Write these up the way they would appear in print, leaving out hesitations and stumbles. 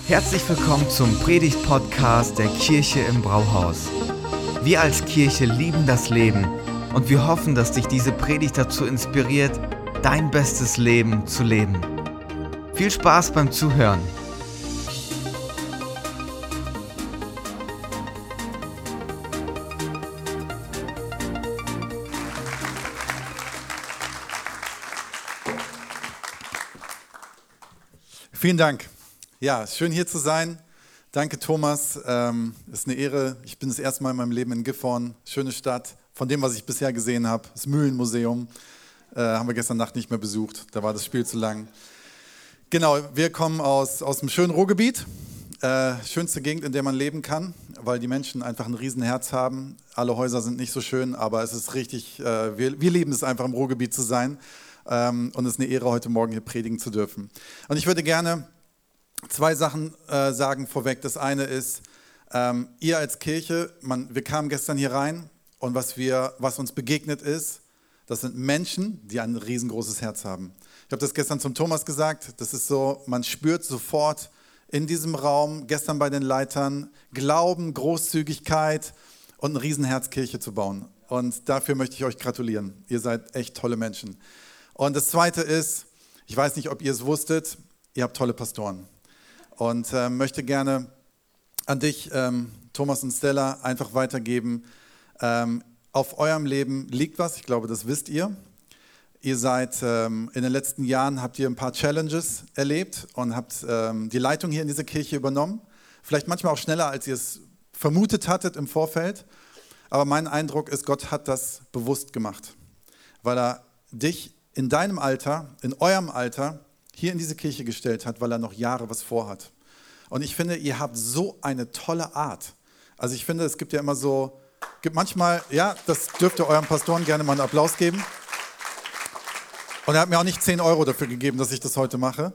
Herzlich willkommen zum Predigt-Podcast der Kirche im Brauhaus. Wir als Kirche lieben das Leben und wir hoffen, dass dich diese Predigt dazu inspiriert, dein bestes Leben zu leben. Viel Spaß beim Zuhören. Vielen Dank. Ja, schön hier zu sein. Danke Thomas, ist eine Ehre. Ich bin das erste Mal in meinem Leben in Gifhorn, schöne Stadt. Von dem, was ich bisher gesehen habe, das Mühlenmuseum, haben wir gestern Nacht nicht mehr besucht. Da war das Spiel zu lang. Genau, wir kommen aus dem schönen Ruhrgebiet. Schönste Gegend, in der man leben kann, weil die Menschen einfach ein Riesenherz haben. Alle Häuser sind nicht so schön, aber es ist richtig, wir lieben es einfach im Ruhrgebiet zu sein. Und es ist eine Ehre, heute Morgen hier predigen zu dürfen. Und ich würde gerne zwei Sachen sagen vorweg. Das eine ist, ihr als Kirche, wir kamen gestern hier rein und was uns begegnet ist, das sind Menschen, die ein riesengroßes Herz haben. Ich habe das gestern zum Thomas gesagt, das ist so, man spürt sofort in diesem Raum, gestern bei den Leitern, Glauben, Großzügigkeit und ein Riesenherz Kirche zu bauen. Und dafür möchte ich euch gratulieren. Ihr seid echt tolle Menschen. Und das Zweite ist, ich weiß nicht, ob ihr es wusstet, ihr habt tolle Pastoren. Und möchte gerne an dich, Thomas und Stella, einfach weitergeben. Auf eurem Leben liegt was, ich glaube, das wisst ihr. Ihr seid in den letzten Jahren, habt ihr ein paar Challenges erlebt und habt die Leitung hier in dieser Kirche übernommen. Vielleicht manchmal auch schneller, als ihr es vermutet hattet im Vorfeld. Aber mein Eindruck ist, Gott hat das bewusst gemacht, weil er dich in deinem Alter, in eurem Alter, hier in diese Kirche gestellt hat, weil er noch Jahre was vorhat. Und ich finde, ihr habt so eine tolle Art. Also ich finde, es gibt ja immer so, gibt manchmal, ja, das dürft ihr eurem Pastoren gerne mal einen Applaus geben. Und er hat mir auch nicht 10 Euro dafür gegeben, dass ich das heute mache.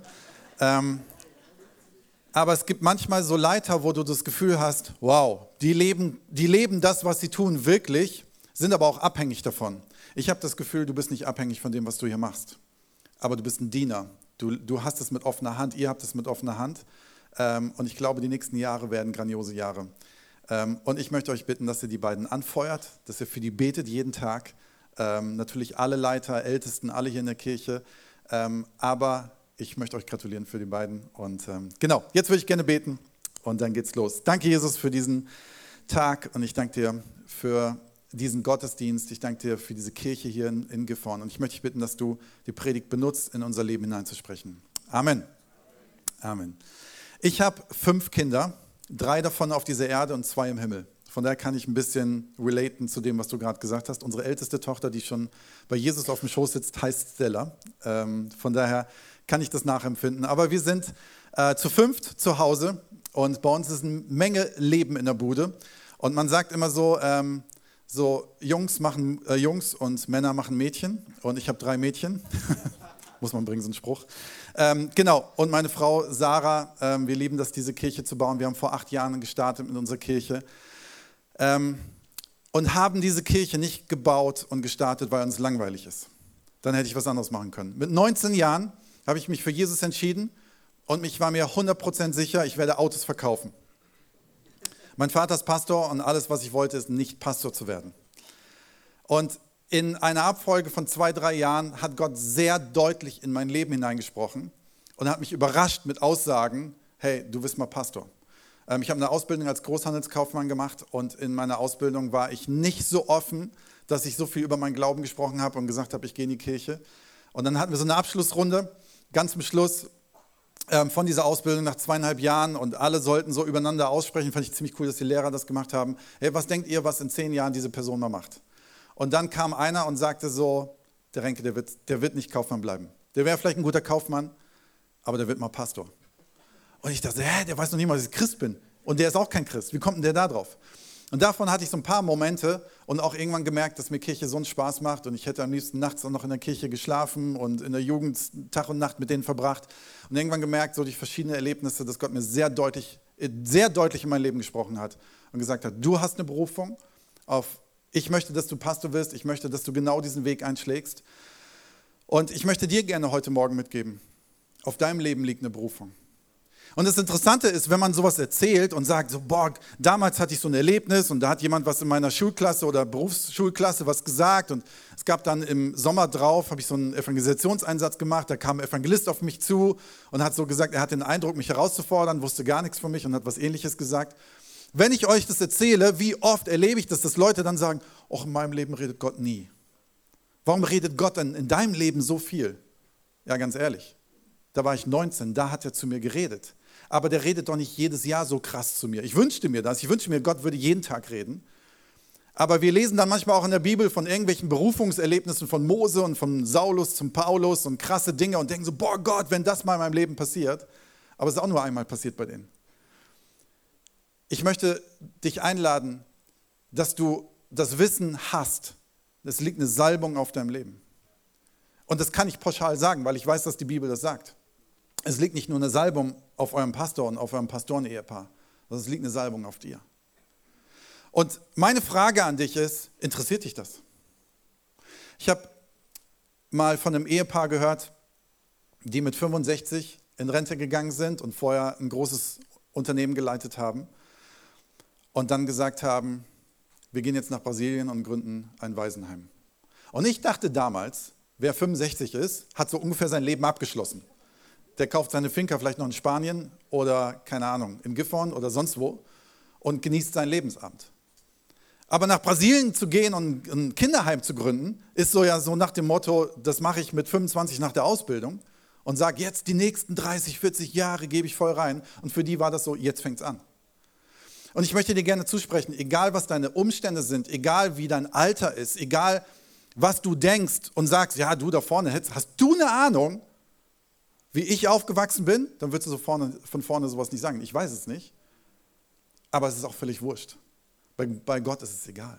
Aber es gibt manchmal so Leiter, wo du das Gefühl hast, wow, die leben das, was sie tun, wirklich, sind aber auch abhängig davon. Ich habe das Gefühl, du bist nicht abhängig von dem, was du hier machst. Aber du bist ein Diener. Du hast es mit offener Hand, ihr habt es mit offener Hand. Und ich glaube, die nächsten Jahre werden grandiose Jahre. Und ich möchte euch bitten, dass ihr die beiden anfeuert, dass ihr für die betet jeden Tag. Natürlich alle Leiter, Ältesten, alle hier in der Kirche. Aber ich möchte euch gratulieren für die beiden. Und genau, jetzt würde ich gerne beten und dann geht's los. Danke, Jesus, für diesen Tag und ich danke dir für diesen Gottesdienst. Ich danke dir für diese Kirche hier in Gifhorn. Und ich möchte dich bitten, dass du die Predigt benutzt, in unser Leben hineinzusprechen. Amen. Amen. Ich habe 5 Kinder, 3 davon auf dieser Erde und 2 im Himmel. Von daher kann ich ein bisschen relaten zu dem, was du gerade gesagt hast. Unsere älteste Tochter, die schon bei Jesus auf dem Schoß sitzt, heißt Stella. Von daher kann ich das nachempfinden. Aber wir sind zu 5 zu Hause und bei uns ist eine Menge Leben in der Bude. Und man sagt immer so, Jungs und Männer machen Mädchen und ich habe 3 Mädchen. Muss man bringen, so einen Spruch. Genau, und meine Frau Sarah, wir lieben das, diese Kirche zu bauen. Wir haben vor 8 Jahren gestartet mit unserer Kirche und haben diese Kirche nicht gebaut und gestartet, weil uns langweilig ist. Dann hätte ich was anderes machen können. Mit 19 Jahren habe ich mich für Jesus entschieden und ich war mir 100% sicher, ich werde Autos verkaufen. Mein Vater ist Pastor und alles, was ich wollte, ist nicht Pastor zu werden. Und in einer Abfolge von 2, 3 Jahren hat Gott sehr deutlich in mein Leben hineingesprochen und hat mich überrascht mit Aussagen, hey, du wirst mal Pastor. Ich habe eine Ausbildung als Großhandelskaufmann gemacht und in meiner Ausbildung war ich nicht so offen, dass ich so viel über meinen Glauben gesprochen habe und gesagt habe, ich gehe in die Kirche. Und dann hatten wir so eine Abschlussrunde, ganz zum Schluss von dieser Ausbildung nach 2,5 Jahren und alle sollten so übereinander aussprechen. Fand ich ziemlich cool, dass die Lehrer das gemacht haben. Hey, was denkt ihr, was in 10 Jahren diese Person mal macht? Und dann kam einer und sagte so, der Renke, der wird nicht Kaufmann bleiben. Der wäre vielleicht ein guter Kaufmann, aber der wird mal Pastor. Und ich dachte, der weiß noch nicht mal, dass ich Christ bin. Und der ist auch kein Christ. Wie kommt denn der da drauf? Und davon hatte ich so ein paar Momente und auch irgendwann gemerkt, dass mir Kirche so einen Spaß macht und ich hätte am liebsten nachts auch noch in der Kirche geschlafen und in der Jugend Tag und Nacht mit denen verbracht. Und irgendwann gemerkt, so durch verschiedene Erlebnisse, dass Gott mir sehr deutlich in mein Leben gesprochen hat und gesagt hat, du hast eine Berufung ich möchte, dass du Pastor wirst, ich möchte, dass du genau diesen Weg einschlägst. Und ich möchte dir gerne heute Morgen mitgeben, auf deinem Leben liegt eine Berufung. Und das Interessante ist, wenn man sowas erzählt und sagt, so, boah, damals hatte ich so ein Erlebnis und da hat jemand was in meiner Schulklasse oder Berufsschulklasse was gesagt und es gab dann im Sommer drauf, habe ich so einen Evangelisationseinsatz gemacht, da kam ein Evangelist auf mich zu und hat so gesagt, er hat den Eindruck, mich herauszufordern, wusste gar nichts von mich und hat was Ähnliches gesagt. Wenn ich euch das erzähle, wie oft erlebe ich das, dass Leute dann sagen, ach, in meinem Leben redet Gott nie. Warum redet Gott denn in deinem Leben so viel? Ja, ganz ehrlich, da war ich 19, da hat er zu mir geredet. Aber der redet doch nicht jedes Jahr so krass zu mir. Ich wünschte mir das. Ich wünschte mir, Gott würde jeden Tag reden. Aber wir lesen dann manchmal auch in der Bibel von irgendwelchen Berufungserlebnissen von Mose und von Saulus zum Paulus und krasse Dinge und denken so, boah Gott, wenn das mal in meinem Leben passiert. Aber es ist auch nur einmal passiert bei denen. Ich möchte dich einladen, dass du das Wissen hast. Es liegt eine Salbung auf deinem Leben. Und das kann ich pauschal sagen, weil ich weiß, dass die Bibel das sagt. Es liegt nicht nur eine Salbung auf eurem Pastor und auf eurem Pastoren-Ehepaar, sondern es liegt eine Salbung auf dir. Und meine Frage an dich ist, interessiert dich das? Ich habe mal von einem Ehepaar gehört, die mit 65 in Rente gegangen sind und vorher ein großes Unternehmen geleitet haben und dann gesagt haben, wir gehen jetzt nach Brasilien und gründen ein Waisenheim. Und ich dachte damals, wer 65 ist, hat so ungefähr sein Leben abgeschlossen. Der kauft seine Finca vielleicht noch in Spanien oder, keine Ahnung, in Gifhorn oder sonst wo und genießt sein Lebensamt. Aber nach Brasilien zu gehen und ein Kinderheim zu gründen, ist so ja so nach dem Motto, das mache ich mit 25 nach der Ausbildung und sage, jetzt die nächsten 30, 40 Jahre gebe ich voll rein. Und für die war das so, jetzt fängt es an. Und ich möchte dir gerne zusprechen, egal was deine Umstände sind, egal wie dein Alter ist, egal was du denkst und sagst, ja du da vorne, hast du eine Ahnung, wie ich aufgewachsen bin, dann würdest du von vorne sowas nicht sagen. Ich weiß es nicht, aber es ist auch völlig wurscht. Bei Gott ist es egal.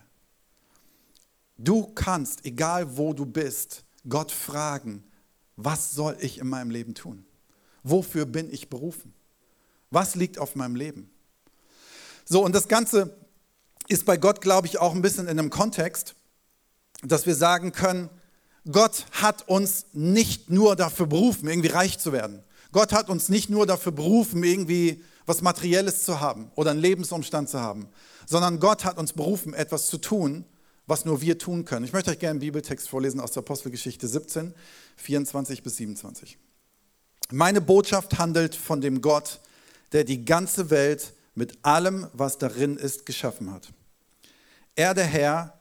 Du kannst, egal wo du bist, Gott fragen, was soll ich in meinem Leben tun? Wofür bin ich berufen? Was liegt auf meinem Leben? So, und das Ganze ist bei Gott, glaube ich, auch ein bisschen in einem Kontext, dass wir sagen können, Gott hat uns nicht nur dafür berufen, irgendwie reich zu werden. Gott hat uns nicht nur dafür berufen, irgendwie was Materielles zu haben oder einen Lebensumstand zu haben, sondern Gott hat uns berufen, etwas zu tun, was nur wir tun können. Ich möchte euch gerne einen Bibeltext vorlesen aus der Apostelgeschichte 17, 24 bis 27. Meine Botschaft handelt von dem Gott, der die ganze Welt mit allem, was darin ist, geschaffen hat. Er, der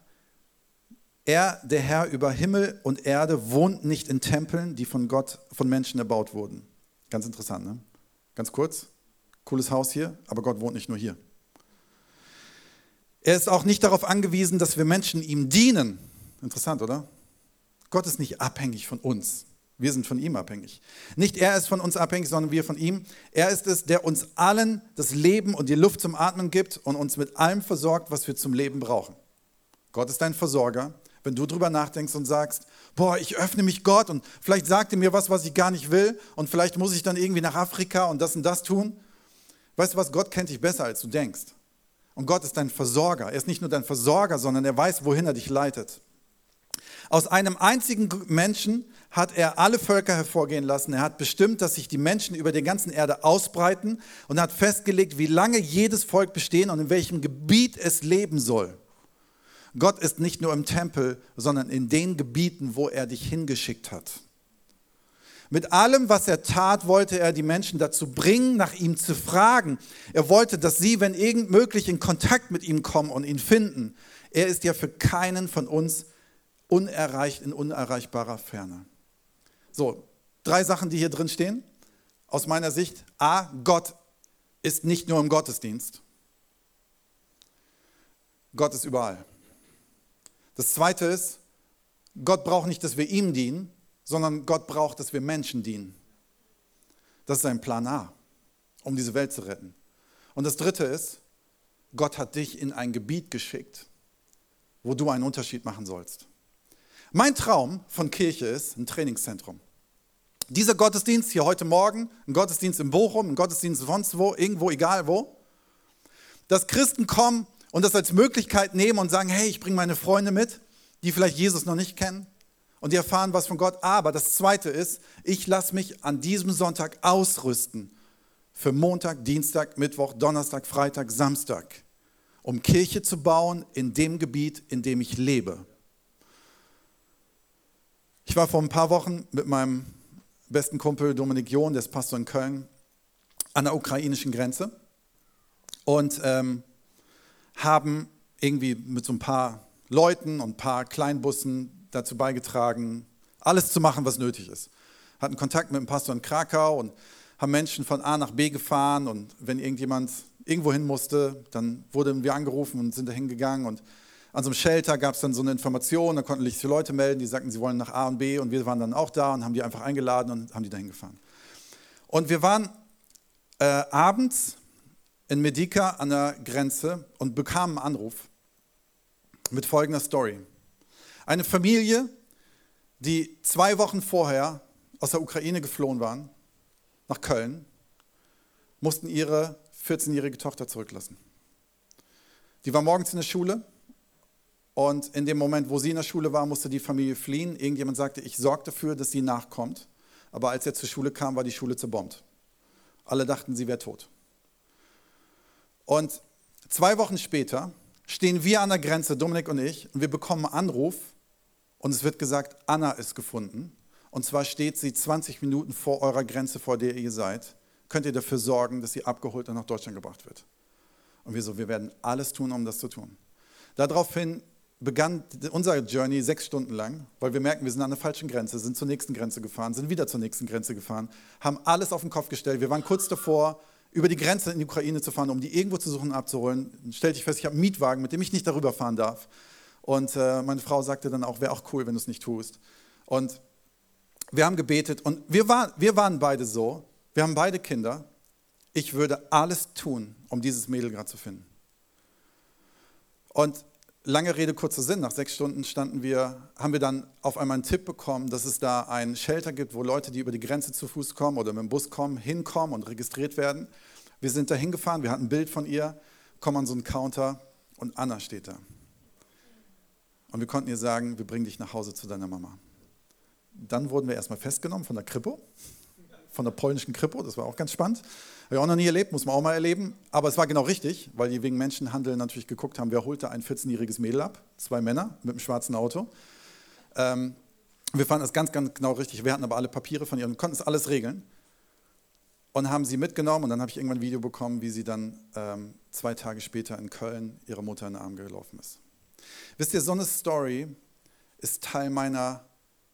Herr über Himmel und Erde, wohnt nicht in Tempeln, die von Menschen erbaut wurden. Ganz interessant, ne? Ganz kurz, cooles Haus hier, aber Gott wohnt nicht nur hier. Er ist auch nicht darauf angewiesen, dass wir Menschen ihm dienen. Interessant, oder? Gott ist nicht abhängig von uns. Wir sind von ihm abhängig. Nicht er ist von uns abhängig, sondern wir von ihm. Er ist es, der uns allen das Leben und die Luft zum Atmen gibt und uns mit allem versorgt, was wir zum Leben brauchen. Gott ist dein Versorger. Wenn du drüber nachdenkst und sagst, boah, ich öffne mich Gott und vielleicht sagt er mir was ich gar nicht will und vielleicht muss ich dann irgendwie nach Afrika und das tun. Weißt du was, Gott kennt dich besser, als du denkst. Und Gott ist dein Versorger. Er ist nicht nur dein Versorger, sondern er weiß, wohin er dich leitet. Aus einem einzigen Menschen hat er alle Völker hervorgehen lassen. Er hat bestimmt, dass sich die Menschen über der ganzen Erde ausbreiten und hat festgelegt, wie lange jedes Volk bestehen und in welchem Gebiet es leben soll. Gott ist nicht nur im Tempel, sondern in den Gebieten, wo er dich hingeschickt hat. Mit allem, was er tat, wollte er die Menschen dazu bringen, nach ihm zu fragen. Er wollte, dass sie, wenn irgend möglich, in Kontakt mit ihm kommen und ihn finden. Er ist ja für keinen von uns unerreicht, in unerreichbarer Ferne. So, 3 Sachen, die hier drin stehen. Aus meiner Sicht, A, Gott ist nicht nur im Gottesdienst. Gott ist überall. Das Zweite ist, Gott braucht nicht, dass wir ihm dienen, sondern Gott braucht, dass wir Menschen dienen. Das ist sein Plan A, um diese Welt zu retten. Und das Dritte ist, Gott hat dich in ein Gebiet geschickt, wo du einen Unterschied machen sollst. Mein Traum von Kirche ist ein Trainingszentrum. Dieser Gottesdienst hier heute Morgen, ein Gottesdienst in Bochum, ein Gottesdienst sonst wo, irgendwo, egal wo, dass Christen kommen und das als Möglichkeit nehmen und sagen, hey, ich bringe meine Freunde mit, die vielleicht Jesus noch nicht kennen und die erfahren was von Gott. Aber das Zweite ist, ich lasse mich an diesem Sonntag ausrüsten für Montag, Dienstag, Mittwoch, Donnerstag, Freitag, Samstag, um Kirche zu bauen in dem Gebiet, in dem ich lebe. Ich war vor ein paar Wochen mit meinem besten Kumpel Dominik John, der ist Pastor in Köln, an der ukrainischen Grenze und haben irgendwie mit so ein paar Leuten und ein paar Kleinbussen dazu beigetragen, alles zu machen, was nötig ist. Hatten Kontakt mit dem Pastor in Krakau und haben Menschen von A nach B gefahren und wenn irgendjemand irgendwo hin musste, dann wurden wir angerufen und sind da hingegangen und an so einem Shelter gab es dann so eine Information, da konnten sich die Leute melden, die sagten, sie wollen nach A und B und wir waren dann auch da und haben die einfach eingeladen und haben die da hingefahren. Und wir waren abends in Medica an der Grenze und bekamen einen Anruf mit folgender Story. Eine Familie, die 2 Wochen vorher aus der Ukraine geflohen waren, nach Köln, mussten ihre 14-jährige Tochter zurücklassen. Die war morgens in der Schule und in dem Moment, wo sie in der Schule war, musste die Familie fliehen. Irgendjemand sagte, ich sorge dafür, dass sie nachkommt. Aber als er zur Schule kam, war die Schule zerbombt. Alle dachten, sie wäre tot. Und 2 Wochen später stehen wir an der Grenze, Dominik und ich, und wir bekommen einen Anruf und es wird gesagt, Anna ist gefunden. Und zwar steht sie 20 Minuten vor eurer Grenze, vor der ihr seid. Könnt ihr dafür sorgen, dass sie abgeholt und nach Deutschland gebracht wird? Und wir werden alles tun, um das zu tun. Daraufhin begann unser Journey 6 Stunden lang, weil wir merken, wir sind an der falschen Grenze, sind zur nächsten Grenze gefahren, sind wieder zur nächsten Grenze gefahren, haben alles auf den Kopf gestellt. Wir waren kurz davor, über die Grenze in die Ukraine zu fahren, um die irgendwo zu suchen und abzuholen. Dann stellte ich fest, ich habe einen Mietwagen, mit dem ich nicht darüber fahren darf. Und meine Frau sagte dann auch, wäre auch cool, wenn du es nicht tust. Und wir haben gebetet und wir waren beide so, wir haben beide Kinder. Ich würde alles tun, um dieses Mädel gerade zu finden. Und lange Rede, kurzer Sinn, nach 6 Stunden haben wir dann auf einmal einen Tipp bekommen, dass es da ein Shelter gibt, wo Leute, die über die Grenze zu Fuß kommen oder mit dem Bus kommen, hinkommen und registriert werden. Wir sind da hingefahren, wir hatten ein Bild von ihr, kommen an so einen Counter und Anna steht da. Und wir konnten ihr sagen, wir bringen dich nach Hause zu deiner Mama. Dann wurden wir erstmal festgenommen von der Kripo, von der polnischen Kripo, das war auch ganz spannend. Habe ich auch noch nie erlebt, muss man auch mal erleben. Aber es war genau richtig, weil die wegen Menschenhandel natürlich geguckt haben, wer holt da ein 14-jähriges Mädel ab? 2 Männer mit einem schwarzen Auto. Wir fanden das ganz, ganz genau richtig. Wir hatten aber alle Papiere von ihr und konnten es alles regeln. Und haben sie mitgenommen und dann habe ich irgendwann ein Video bekommen, wie sie dann 2 Tage später in Köln ihrer Mutter in den Arm gelaufen ist. Wisst ihr, so eine Story ist Teil meiner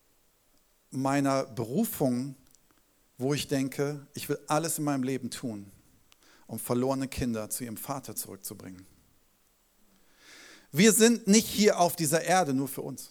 Berufung, wo ich denke, ich will alles in meinem Leben tun, um verlorene Kinder zu ihrem Vater zurückzubringen. Wir sind nicht hier auf dieser Erde nur für uns.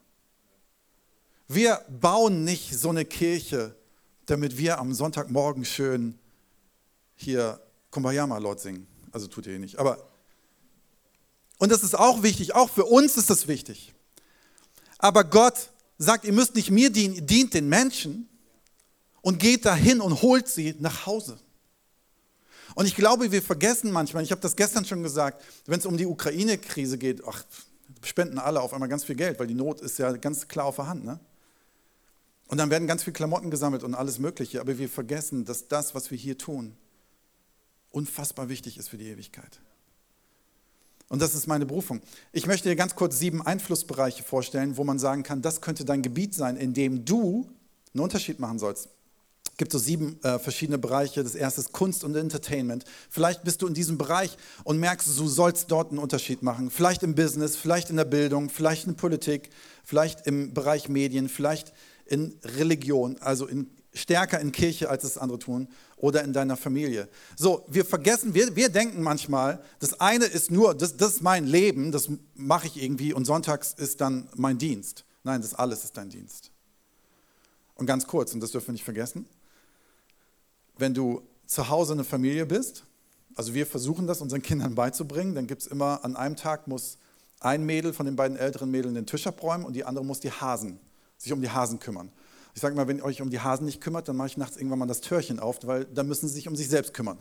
Wir bauen nicht so eine Kirche, damit wir am Sonntagmorgen schön hier Kumbaya Lord singen. Also tut ihr nicht. Und das ist auch wichtig, auch für uns ist das wichtig. Aber Gott sagt, ihr müsst nicht mir dienen, dient den Menschen und geht dahin und holt sie nach Hause. Und ich glaube, wir vergessen manchmal, ich habe das gestern schon gesagt, wenn es um die Ukraine-Krise geht, spenden alle auf einmal ganz viel Geld, weil die Not ist ja ganz klar auf der Hand. Ne? Und dann werden ganz viele Klamotten gesammelt und alles Mögliche, aber wir vergessen, dass das, was wir hier tun, unfassbar wichtig ist für die Ewigkeit. Und das ist meine Berufung. Ich möchte dir ganz kurz 7 Einflussbereiche vorstellen, wo man sagen kann, das könnte dein Gebiet sein, in dem du einen Unterschied machen sollst. Es gibt so 7 verschiedene Bereiche. Das erste ist Kunst und Entertainment. Vielleicht bist du in diesem Bereich und merkst, du sollst dort einen Unterschied machen. Vielleicht im Business, vielleicht in der Bildung, vielleicht in der Politik, vielleicht im Bereich Medien, vielleicht in Religion, also stärker in Kirche, als es andere tun, oder in deiner Familie. So, wir vergessen, wir denken manchmal, das eine ist nur, das ist mein Leben, das mache ich irgendwie und sonntags ist dann mein Dienst. Nein, das alles ist dein Dienst. Und ganz kurz, und das dürfen wir nicht vergessen, wenn du zu Hause eine Familie bist, also wir versuchen das unseren Kindern beizubringen, dann gibt es immer, an einem Tag muss ein Mädel von den beiden älteren Mädeln den Tisch abräumen und die andere muss sich um die Hasen kümmern. Ich sage mal, wenn ihr euch um die Hasen nicht kümmert, dann mache ich nachts irgendwann mal das Türchen auf, weil dann müssen sie sich um sich selbst kümmern.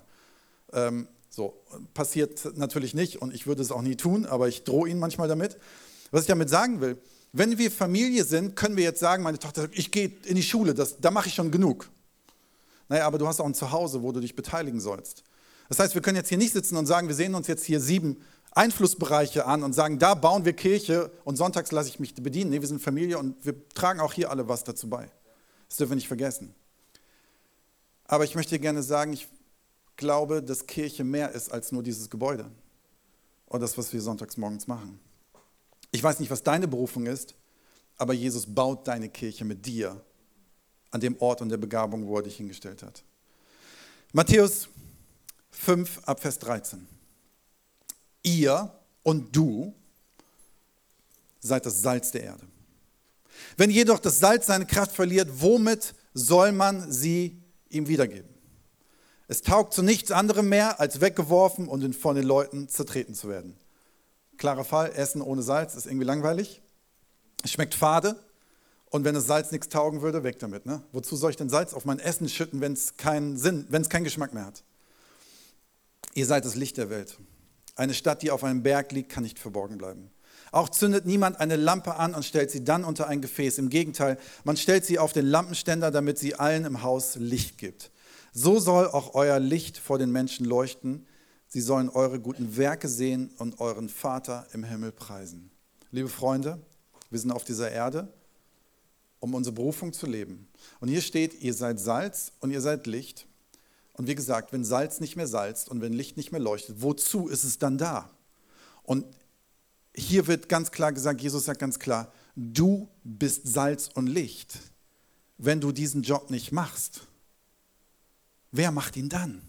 Passiert natürlich nicht und ich würde es auch nie tun, aber ich drohe ihnen manchmal damit. Was ich damit sagen will, wenn wir Familie sind, können wir jetzt sagen, meine Tochter sagt, ich gehe in die Schule, da mache ich schon genug. Naja, aber du hast auch ein Zuhause, wo du dich beteiligen sollst. Das heißt, wir können jetzt hier nicht sitzen und sagen, wir sehen uns jetzt hier 7 Einflussbereiche an und sagen, da bauen wir Kirche und sonntags lasse ich mich bedienen. Nee, wir sind Familie und wir tragen auch hier alle was dazu bei. Das dürfen wir nicht vergessen. Aber ich möchte gerne sagen, ich glaube, dass Kirche mehr ist als nur dieses Gebäude oder das, was wir sonntags morgens machen. Ich weiß nicht, was deine Berufung ist, aber Jesus baut deine Kirche mit dir an dem Ort und der Begabung, wo er dich hingestellt hat. Matthäus 5 ab Vers 13. Ihr und du seid das Salz der Erde. Wenn jedoch das Salz seine Kraft verliert, womit soll man sie ihm wiedergeben? Es taugt zu nichts anderem mehr, als weggeworfen und von den Leuten zertreten zu werden. Klarer Fall, Essen ohne Salz ist irgendwie langweilig. Es schmeckt fade und wenn das Salz nichts taugen würde, weg damit. Ne? Wozu soll ich denn Salz auf mein Essen schütten, wenn es keinen Geschmack mehr hat? Ihr seid das Licht der Welt. Eine Stadt, die auf einem Berg liegt, kann nicht verborgen bleiben. Auch zündet niemand eine Lampe an und stellt sie dann unter ein Gefäß. Im Gegenteil, man stellt sie auf den Lampenständer, damit sie allen im Haus Licht gibt. So soll auch euer Licht vor den Menschen leuchten. Sie sollen eure guten Werke sehen und euren Vater im Himmel preisen. Liebe Freunde, wir sind auf dieser Erde, um unsere Berufung zu leben. Und hier steht, ihr seid Salz und ihr seid Licht. Und wie gesagt, wenn Salz nicht mehr salzt und wenn Licht nicht mehr leuchtet, wozu ist es dann da? Und hier wird ganz klar gesagt, Jesus sagt ganz klar, du bist Salz und Licht. Wenn du diesen Job nicht machst, wer macht ihn dann?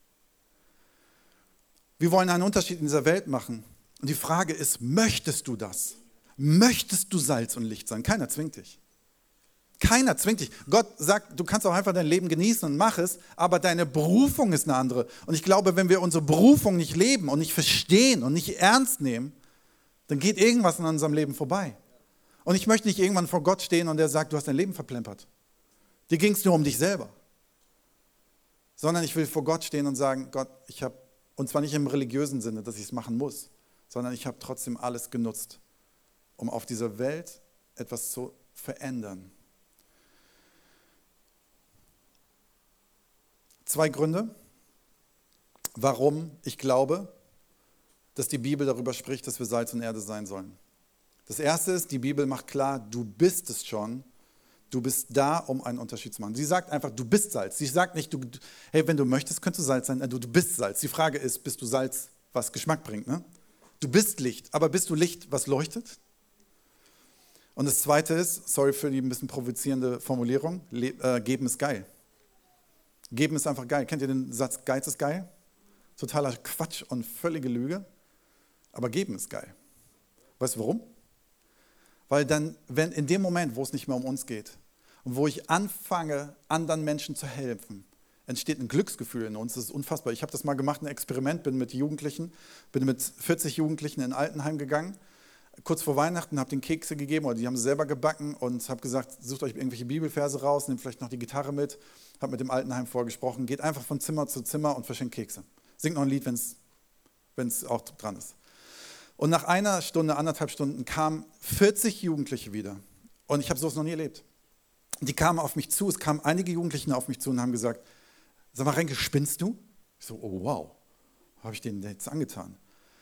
Wir wollen einen Unterschied in dieser Welt machen. Und die Frage ist, möchtest du das? Möchtest du Salz und Licht sein? Keiner zwingt dich. Keiner zwingt dich. Gott sagt, du kannst auch einfach dein Leben genießen und mach es, aber deine Berufung ist eine andere. Und ich glaube, wenn wir unsere Berufung nicht leben und nicht verstehen und nicht ernst nehmen, dann geht irgendwas in unserem Leben vorbei. Und ich möchte nicht irgendwann vor Gott stehen und der sagt, du hast dein Leben verplempert. Dir ging es nur um dich selber. Sondern ich will vor Gott stehen und sagen, Gott, ich habe, und zwar nicht im religiösen Sinne, dass ich es machen muss, sondern ich habe trotzdem alles genutzt, um auf dieser Welt etwas zu verändern. 2 Gründe, warum ich glaube, dass die Bibel darüber spricht, dass wir Salz und Erde sein sollen. Das erste ist, die Bibel macht klar, du bist es schon, du bist da, um einen Unterschied zu machen. Sie sagt einfach, du bist Salz. Sie sagt nicht, hey, wenn du möchtest, könntest du Salz sein. Du bist Salz. Die Frage ist, bist du Salz, was Geschmack bringt? Ne? Du bist Licht, aber bist du Licht, was leuchtet? Und das zweite ist, sorry für die ein bisschen provozierende Formulierung, geben ist geil. Geben ist einfach geil. Kennt ihr den Satz, Geiz ist geil? Totaler Quatsch und völlige Lüge. Aber geben ist geil. Weißt du warum? Weil dann, wenn in dem Moment, wo es nicht mehr um uns geht und wo ich anfange, anderen Menschen zu helfen, entsteht ein Glücksgefühl in uns. Das ist unfassbar. Ich habe das mal gemacht, ein Experiment, bin mit 40 Jugendlichen in ein Altenheim gegangen, kurz vor Weihnachten, habe den Kekse gegeben oder die haben sie selber gebacken und habe gesagt, sucht euch irgendwelche Bibelverse raus, nehmt vielleicht noch die Gitarre mit, habe mit dem Altenheim vorgesprochen, geht einfach von Zimmer zu Zimmer und verschenkt Kekse. Singt noch ein Lied, wenn es auch dran ist. Und nach einer Stunde, 1,5 Stunden kamen 40 Jugendliche wieder. Und ich habe sowas noch nie erlebt. Die kamen auf mich zu, es kamen einige Jugendliche auf mich zu und haben gesagt, sag mal Renke, spinnst du? Ich so, oh wow, was habe ich denen jetzt angetan?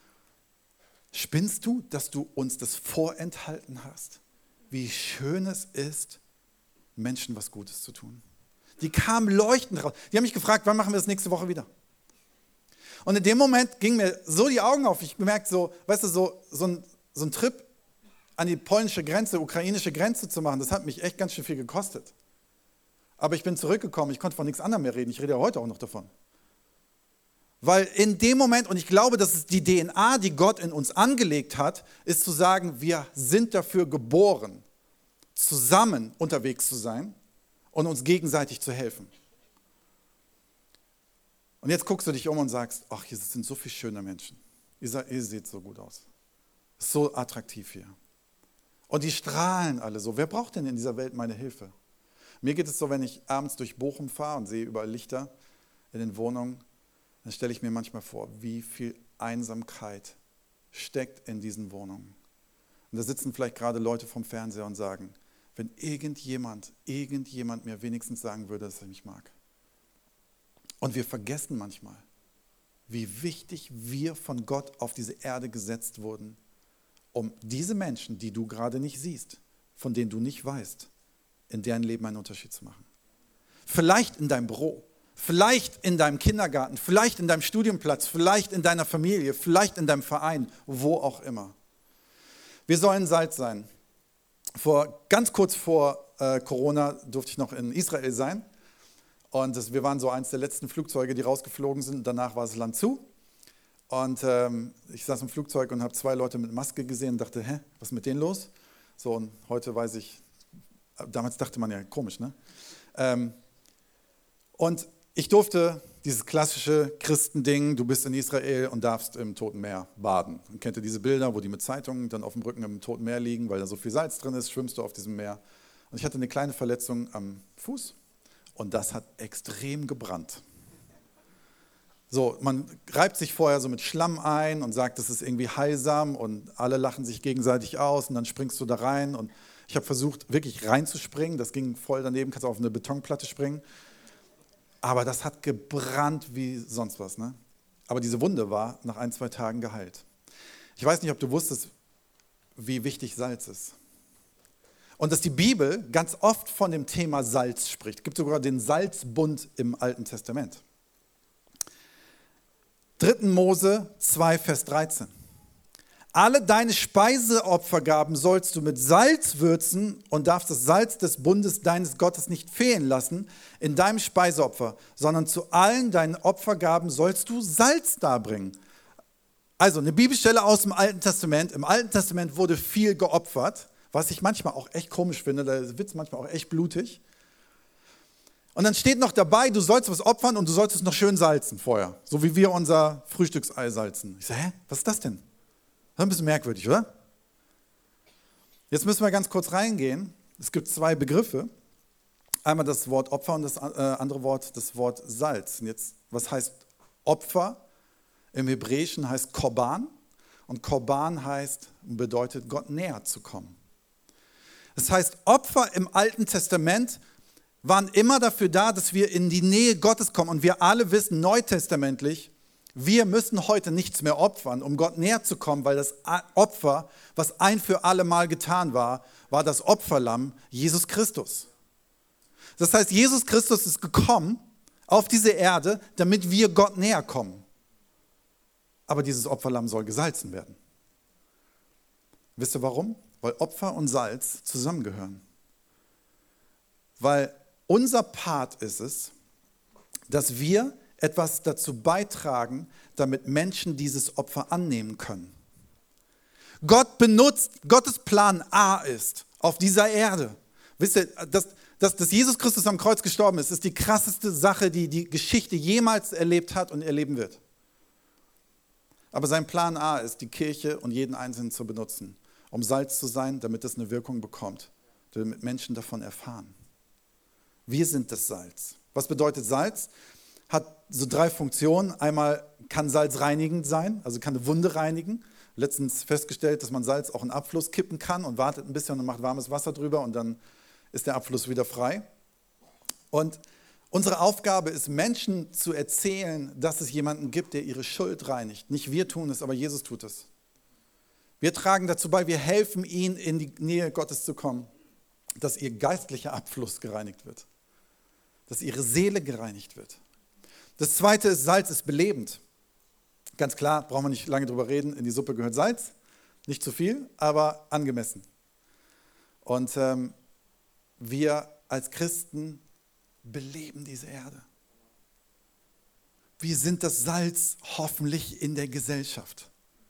Spinnst du, dass du uns das vorenthalten hast? Wie schön es ist, Menschen was Gutes zu tun. Die kamen leuchtend raus. Die haben mich gefragt, wann machen wir das nächste Woche wieder? Und in dem Moment gingen mir so die Augen auf. Ich bemerkte so, weißt du, so ein Trip an die polnische Grenze, ukrainische Grenze zu machen, das hat mich echt ganz schön viel gekostet. Aber ich bin zurückgekommen, ich konnte von nichts anderem mehr reden. Ich rede ja heute auch noch davon. Weil in dem Moment, und ich glaube, das ist die DNA, die Gott in uns angelegt hat, ist zu sagen, wir sind dafür geboren, zusammen unterwegs zu sein und uns gegenseitig zu helfen. Und jetzt guckst du dich um und sagst, ach, hier sind so viele schöne Menschen. Ihr seht so gut aus. So attraktiv hier. Und die strahlen alle so. Wer braucht denn in dieser Welt meine Hilfe? Mir geht es so, wenn ich abends durch Bochum fahre und sehe überall Lichter in den Wohnungen, dann stelle ich mir manchmal vor, wie viel Einsamkeit steckt in diesen Wohnungen. Und da sitzen vielleicht gerade Leute vom Fernseher und sagen, wenn irgendjemand mir wenigstens sagen würde, dass er mich mag. Und wir vergessen manchmal, wie wichtig wir von Gott auf diese Erde gesetzt wurden, um diese Menschen, die du gerade nicht siehst, von denen du nicht weißt, in deren Leben einen Unterschied zu machen. Vielleicht in deinem Büro, vielleicht in deinem Kindergarten, vielleicht in deinem Studienplatz, vielleicht in deiner Familie, vielleicht in deinem Verein, wo auch immer. Wir sollen Salz sein. Ganz kurz vor Corona durfte ich noch in Israel sein. Und wir waren so eins der letzten Flugzeuge, die rausgeflogen sind. Danach war das Land zu. Und ich saß im Flugzeug und habe 2 Leute mit Maske gesehen und dachte, was ist mit denen los? So, und heute weiß ich, damals dachte man ja, komisch, ne? Und ich durfte dieses klassische Christending, du bist in Israel und darfst im Toten Meer baden. Und kennt ihr diese Bilder, wo die mit Zeitungen dann auf dem Rücken im Toten Meer liegen, weil da so viel Salz drin ist, schwimmst du auf diesem Meer. Und ich hatte eine kleine Verletzung am Fuß und das hat extrem gebrannt. So, man reibt sich vorher so mit Schlamm ein und sagt, das ist irgendwie heilsam und alle lachen sich gegenseitig aus und dann springst du da rein. Und ich habe versucht, wirklich reinzuspringen, das ging voll daneben, kannst auf eine Betonplatte springen. Aber das hat gebrannt wie sonst was, ne? Aber diese Wunde war nach 1-2 Tagen geheilt. Ich weiß nicht, ob du wusstest, wie wichtig Salz ist. Und dass die Bibel ganz oft von dem Thema Salz spricht. Es gibt sogar den Salzbund im Alten Testament. 3. Mose 2, Vers 13. Alle deine Speiseopfergaben sollst du mit Salz würzen und darfst das Salz des Bundes deines Gottes nicht fehlen lassen in deinem Speiseopfer, sondern zu allen deinen Opfergaben sollst du Salz darbringen. Also eine Bibelstelle aus dem Alten Testament. Im Alten Testament wurde viel geopfert, was ich manchmal auch echt komisch finde, da wird es manchmal auch echt blutig. Und dann steht noch dabei, du sollst was opfern und du sollst es noch schön salzen vorher, so wie wir unser Frühstücksei salzen. Ich sage, was ist das denn? Das ist ein bisschen merkwürdig, oder? Jetzt müssen wir ganz kurz reingehen. Es gibt 2 Begriffe. Einmal das Wort Opfer und das andere Wort, das Wort Salz. Und jetzt, was heißt Opfer? Im Hebräischen heißt Korban. Und Korban bedeutet, Gott näher zu kommen. Das heißt, Opfer im Alten Testament waren immer dafür da, dass wir in die Nähe Gottes kommen. Und wir alle wissen neutestamentlich, wir müssen heute nichts mehr opfern, um Gott näher zu kommen, weil das Opfer, was ein für alle Mal getan war, war das Opferlamm Jesus Christus. Das heißt, Jesus Christus ist gekommen auf diese Erde, damit wir Gott näher kommen. Aber dieses Opferlamm soll gesalzen werden. Wisst ihr warum? Weil Opfer und Salz zusammengehören. Weil unser Part ist es, dass wir etwas dazu beitragen, damit Menschen dieses Opfer annehmen können. Gottes Plan A ist auf dieser Erde. Wisst ihr, dass Jesus Christus am Kreuz gestorben ist die krasseste Sache, die die Geschichte jemals erlebt hat und erleben wird. Aber sein Plan A ist, die Kirche und jeden Einzelnen zu benutzen, um Salz zu sein, damit es eine Wirkung bekommt, damit Menschen davon erfahren. Wir sind das Salz. Was bedeutet Salz? Hat so 3 Funktionen. Einmal kann Salz reinigend sein, also kann eine Wunde reinigen. Letztens festgestellt, dass man Salz auch in Abfluss kippen kann und wartet ein bisschen und macht warmes Wasser drüber und dann ist der Abfluss wieder frei. Und unsere Aufgabe ist, Menschen zu erzählen, dass es jemanden gibt, der ihre Schuld reinigt. Nicht wir tun es, aber Jesus tut es. Wir tragen dazu bei, wir helfen ihnen, in die Nähe Gottes zu kommen, dass ihr geistlicher Abfluss gereinigt wird, dass ihre Seele gereinigt wird. Das Zweite ist, Salz ist belebend. Ganz klar, brauchen wir nicht lange drüber reden, in die Suppe gehört Salz. Nicht zu viel, aber angemessen. Und wir als Christen beleben diese Erde. Wir sind das Salz hoffentlich in der Gesellschaft.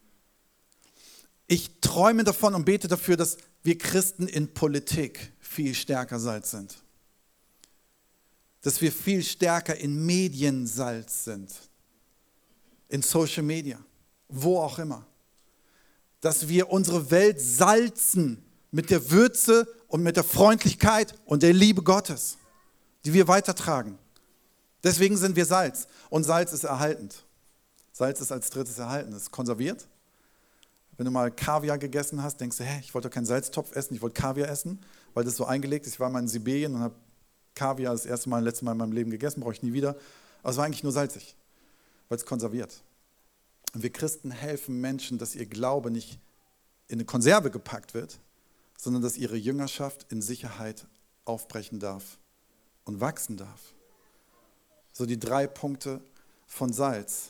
Ich träume davon und bete dafür, dass wir Christen in Politik viel stärker Salz sind. Dass wir viel stärker in Medien Salz sind. In Social Media, wo auch immer. Dass wir unsere Welt salzen mit der Würze und mit der Freundlichkeit und der Liebe Gottes, die wir weitertragen. Deswegen sind wir Salz. Und Salz ist erhaltend. Salz ist als drittes erhalten. Es ist konserviert. Wenn du mal Kaviar gegessen hast, denkst du, ich wollte doch keinen Salztopf essen, ich wollte Kaviar essen, weil das so eingelegt ist. Ich war mal in Sibirien und habe Kaviar das letzte Mal in meinem Leben gegessen, brauche ich nie wieder. Aber es war eigentlich nur salzig, weil es konserviert. Und wir Christen helfen Menschen, dass ihr Glaube nicht in eine Konserve gepackt wird, sondern dass ihre Jüngerschaft in Sicherheit aufbrechen darf und wachsen darf. So die 3 Punkte von Salz.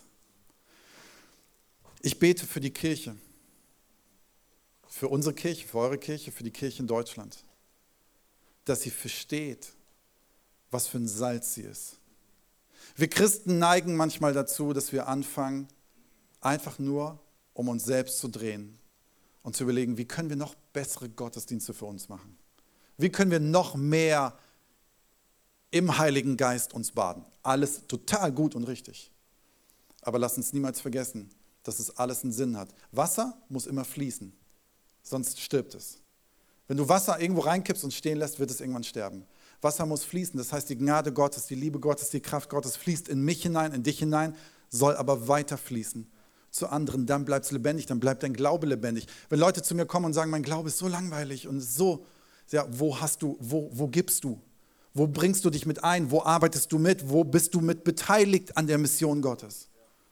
Ich bete für die Kirche, für unsere Kirche, für eure Kirche, für die Kirche in Deutschland, dass sie versteht, was für ein Salz sie ist. Wir Christen neigen manchmal dazu, dass wir anfangen, einfach nur um uns selbst zu drehen und zu überlegen, wie können wir noch bessere Gottesdienste für uns machen? Wie können wir noch mehr im Heiligen Geist uns baden? Alles total gut und richtig. Aber lass uns niemals vergessen, dass es alles einen Sinn hat. Wasser muss immer fließen, sonst stirbt es. Wenn du Wasser irgendwo reinkippst und stehen lässt, wird es irgendwann sterben. Wasser muss fließen, das heißt, die Gnade Gottes, die Liebe Gottes, die Kraft Gottes fließt in mich hinein, in dich hinein, soll aber weiter fließen zu anderen. Dann bleibt es lebendig, dann bleibt dein Glaube lebendig. Wenn Leute zu mir kommen und sagen, mein Glaube ist so langweilig und so, ja, wo gibst du? Wo bringst du dich mit ein? Wo arbeitest du mit? Wo bist du mit beteiligt an der Mission Gottes?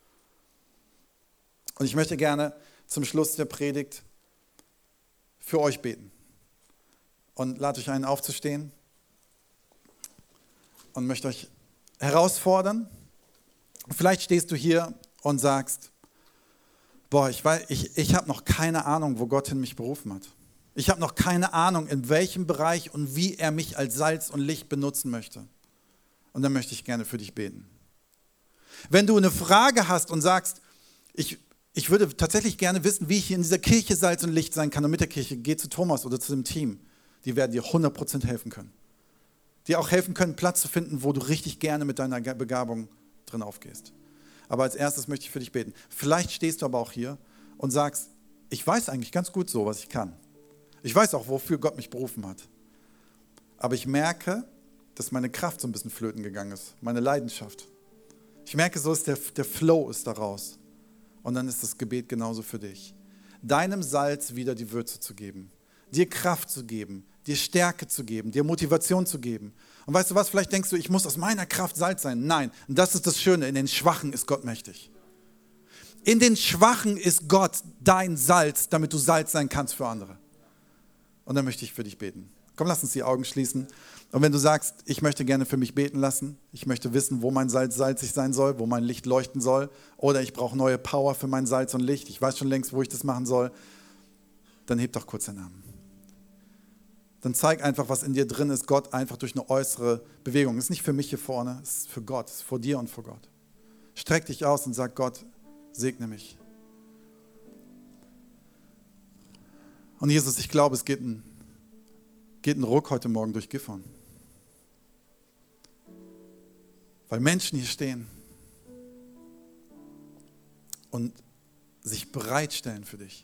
Und ich möchte gerne zum Schluss der Predigt für euch beten. Und lade euch ein, aufzustehen und möchte euch herausfordern. Vielleicht stehst du hier und sagst, boah, ich habe noch keine Ahnung, wo Gott mich berufen hat. Ich habe noch keine Ahnung, in welchem Bereich und wie er mich als Salz und Licht benutzen möchte. Und dann möchte ich gerne für dich beten. Wenn du eine Frage hast und sagst, ich würde tatsächlich gerne wissen, wie ich hier in dieser Kirche Salz und Licht sein kann und mit der Kirche, geh zu Thomas oder zu dem Team. Die werden dir 100% helfen können. Die auch helfen können, Platz zu finden, wo du richtig gerne mit deiner Begabung drin aufgehst. Aber als erstes möchte ich für dich beten. Vielleicht stehst du aber auch hier und sagst, ich weiß eigentlich ganz gut so, was ich kann. Ich weiß auch, wofür Gott mich berufen hat. Aber ich merke, dass meine Kraft so ein bisschen flöten gegangen ist, meine Leidenschaft. Ich merke, so ist der Flow ist daraus. Und dann ist das Gebet genauso für dich. Deinem Salz wieder die Würze zu geben, dir Kraft zu geben, dir Stärke zu geben, dir Motivation zu geben. Und weißt du was, vielleicht denkst du, ich muss aus meiner Kraft Salz sein. Nein, und das ist das Schöne, in den Schwachen ist Gott mächtig. In den Schwachen ist Gott dein Salz, damit du Salz sein kannst für andere. Und dann möchte ich für dich beten. Komm, lass uns die Augen schließen. Und wenn du sagst, ich möchte gerne für mich beten lassen, ich möchte wissen, wo mein Salz salzig sein soll, wo mein Licht leuchten soll, oder ich brauche neue Power für mein Salz und Licht, ich weiß schon längst, wo ich das machen soll, dann heb doch kurz deinen Namen. Dann zeig einfach, was in dir drin ist, Gott einfach durch eine äußere Bewegung. Es ist nicht für mich hier vorne, es ist für Gott, es ist vor dir und vor Gott. Streck dich aus und sag, Gott, segne mich. Und Jesus, ich glaube, es geht ein Ruck heute Morgen durch Gifhorn. Weil Menschen hier stehen und sich bereitstellen für dich.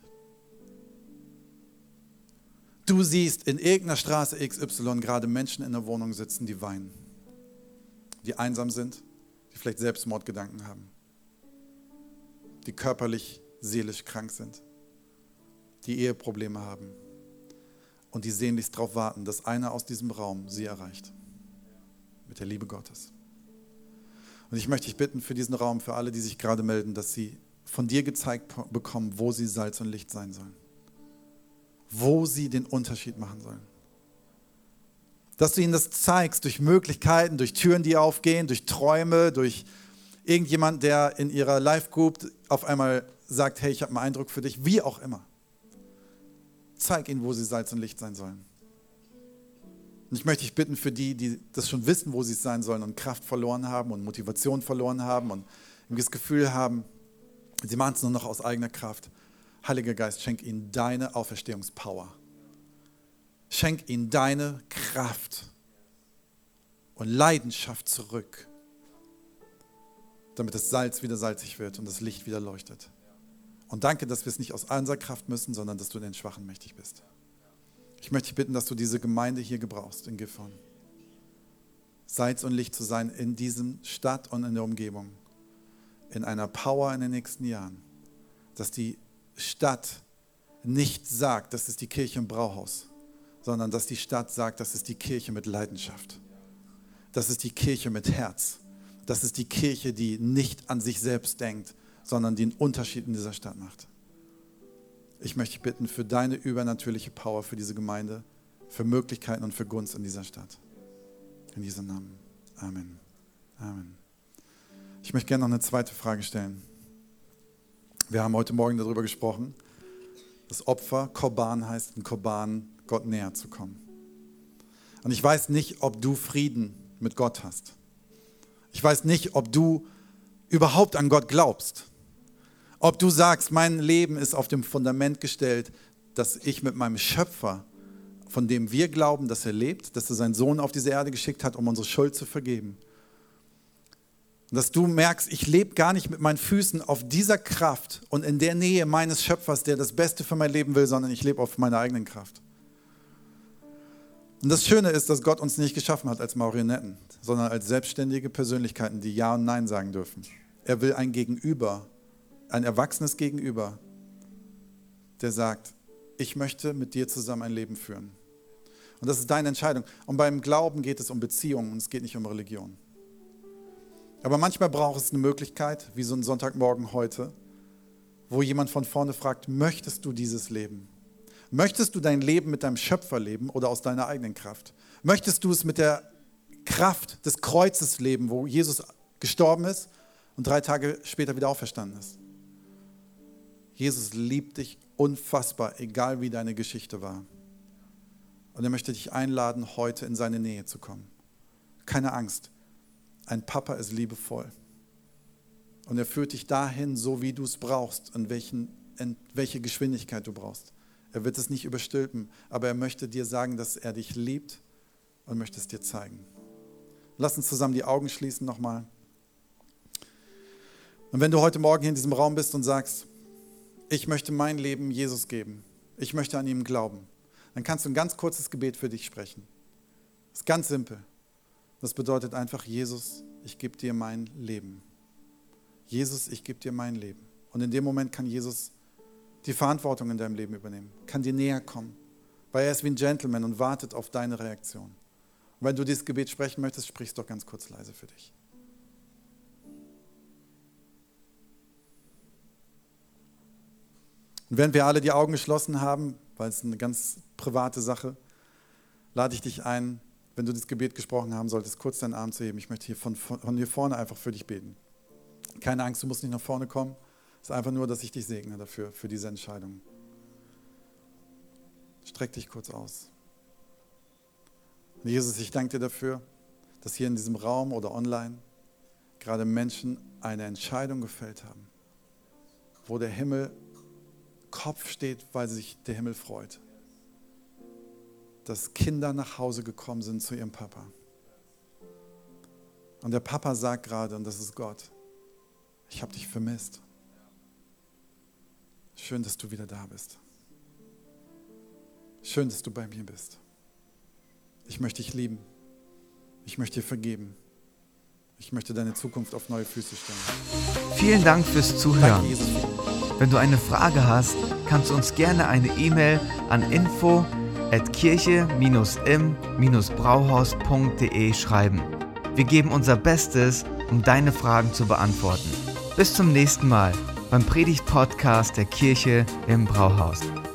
Du siehst in irgendeiner Straße XY gerade Menschen in der Wohnung sitzen, die weinen, die einsam sind, die vielleicht Selbstmordgedanken haben, die körperlich, seelisch krank sind, die Eheprobleme haben und die sehnlichst darauf warten, dass einer aus diesem Raum sie erreicht. Mit der Liebe Gottes. Und ich möchte dich bitten für diesen Raum, für alle, die sich gerade melden, dass sie von dir gezeigt bekommen, wo sie Salz und Licht sein sollen. Wo sie den Unterschied machen sollen. Dass du ihnen das zeigst durch Möglichkeiten, durch Türen, die aufgehen, durch Träume, durch irgendjemand, der in ihrer Life-Group auf einmal sagt, hey, ich habe einen Eindruck für dich, wie auch immer. Zeig ihnen, wo sie Salz und Licht sein sollen. Und ich möchte dich bitten für die, die das schon wissen, wo sie es sein sollen und Kraft verloren haben und Motivation verloren haben und das Gefühl haben, sie machen es nur noch aus eigener Kraft. Heiliger Geist, schenk ihnen deine Auferstehungspower. Schenk ihnen deine Kraft und Leidenschaft zurück, damit das Salz wieder salzig wird und das Licht wieder leuchtet. Und danke, dass wir es nicht aus unserer Kraft müssen, sondern dass du den Schwachen mächtig bist. Ich möchte dich bitten, dass du diese Gemeinde hier gebrauchst in Gifhorn. Salz und Licht zu sein in diesem Stadt und in der Umgebung. In einer Power in den nächsten Jahren. Dass die Stadt nicht sagt, das ist die Kirche im Brauhaus, sondern dass die Stadt sagt, das ist die Kirche mit Leidenschaft. Das ist die Kirche mit Herz. Das ist die Kirche, die nicht an sich selbst denkt, sondern die einen Unterschied in dieser Stadt macht. Ich möchte dich bitten für deine übernatürliche Power für diese Gemeinde, für Möglichkeiten und für Gunst in dieser Stadt. In diesem Namen. Amen. Amen. Ich möchte gerne noch eine zweite Frage stellen. Wir haben heute Morgen darüber gesprochen, dass Opfer, Korban heißt, ein Korban, Gott näher zu kommen. Und ich weiß nicht, ob du Frieden mit Gott hast. Ich weiß nicht, ob du überhaupt an Gott glaubst. Ob du sagst, mein Leben ist auf dem Fundament gestellt, dass ich mit meinem Schöpfer, von dem wir glauben, dass er lebt, dass er seinen Sohn auf diese Erde geschickt hat, um unsere Schuld zu vergeben. Und dass du merkst, ich lebe gar nicht mit meinen Füßen auf dieser Kraft und in der Nähe meines Schöpfers, der das Beste für mein Leben will, sondern ich lebe auf meiner eigenen Kraft. Und das Schöne ist, dass Gott uns nicht geschaffen hat als Marionetten, sondern als selbstständige Persönlichkeiten, die Ja und Nein sagen dürfen. Er will ein Gegenüber, ein erwachsenes Gegenüber, der sagt, ich möchte mit dir zusammen ein Leben führen. Und das ist deine Entscheidung. Und beim Glauben geht es um Beziehungen und es geht nicht um Religion. Aber manchmal braucht es eine Möglichkeit, wie so ein Sonntagmorgen heute, wo jemand von vorne fragt, möchtest du dieses Leben? Möchtest du dein Leben mit deinem Schöpfer leben oder aus deiner eigenen Kraft? Möchtest du es mit der Kraft des Kreuzes leben, wo Jesus gestorben ist und 3 Tage später wieder auferstanden ist? Jesus liebt dich unfassbar, egal wie deine Geschichte war. Und er möchte dich einladen, heute in seine Nähe zu kommen. Keine Angst, ein Papa ist liebevoll. Und er führt dich dahin, so wie du es brauchst, in welche Geschwindigkeit du brauchst. Er wird es nicht überstülpen, aber er möchte dir sagen, dass er dich liebt und möchte es dir zeigen. Lass uns zusammen die Augen schließen nochmal. Und wenn du heute Morgen hier in diesem Raum bist und sagst, ich möchte mein Leben Jesus geben, ich möchte an ihm glauben, dann kannst du ein ganz kurzes Gebet für dich sprechen. Das ist ganz simpel. Das bedeutet einfach, Jesus, ich gebe dir mein Leben. Jesus, ich gebe dir mein Leben. Und in dem Moment kann Jesus die Verantwortung in deinem Leben übernehmen, kann dir näher kommen, weil er ist wie ein Gentleman und wartet auf deine Reaktion. Und wenn du dieses Gebet sprechen möchtest, sprich es doch ganz kurz leise für dich. Und während wir alle die Augen geschlossen haben, weil es eine ganz private Sache, lade ich dich ein, wenn du das Gebet gesprochen haben solltest, kurz deinen Arm zu heben. Ich möchte hier von hier vorne einfach für dich beten. Keine Angst, du musst nicht nach vorne kommen. Es ist einfach nur, dass ich dich segne dafür, für diese Entscheidung. Streck dich kurz aus. Und Jesus, ich danke dir dafür, dass hier in diesem Raum oder online gerade Menschen eine Entscheidung gefällt haben, wo der Himmel Kopf steht, weil sich der Himmel freut. Dass Kinder nach Hause gekommen sind zu ihrem Papa. Und der Papa sagt gerade, und das ist Gott, ich habe dich vermisst. Schön, dass du wieder da bist. Schön, dass du bei mir bist. Ich möchte dich lieben. Ich möchte dir vergeben. Ich möchte deine Zukunft auf neue Füße stellen. Vielen Dank fürs Zuhören. Danke, Jesus. Wenn du eine Frage hast, kannst du uns gerne eine E-Mail an info@kirche-im-brauhaus.de schreiben. Wir geben unser Bestes, um deine Fragen zu beantworten. Bis zum nächsten Mal beim Predigt-Podcast der Kirche im Brauhaus.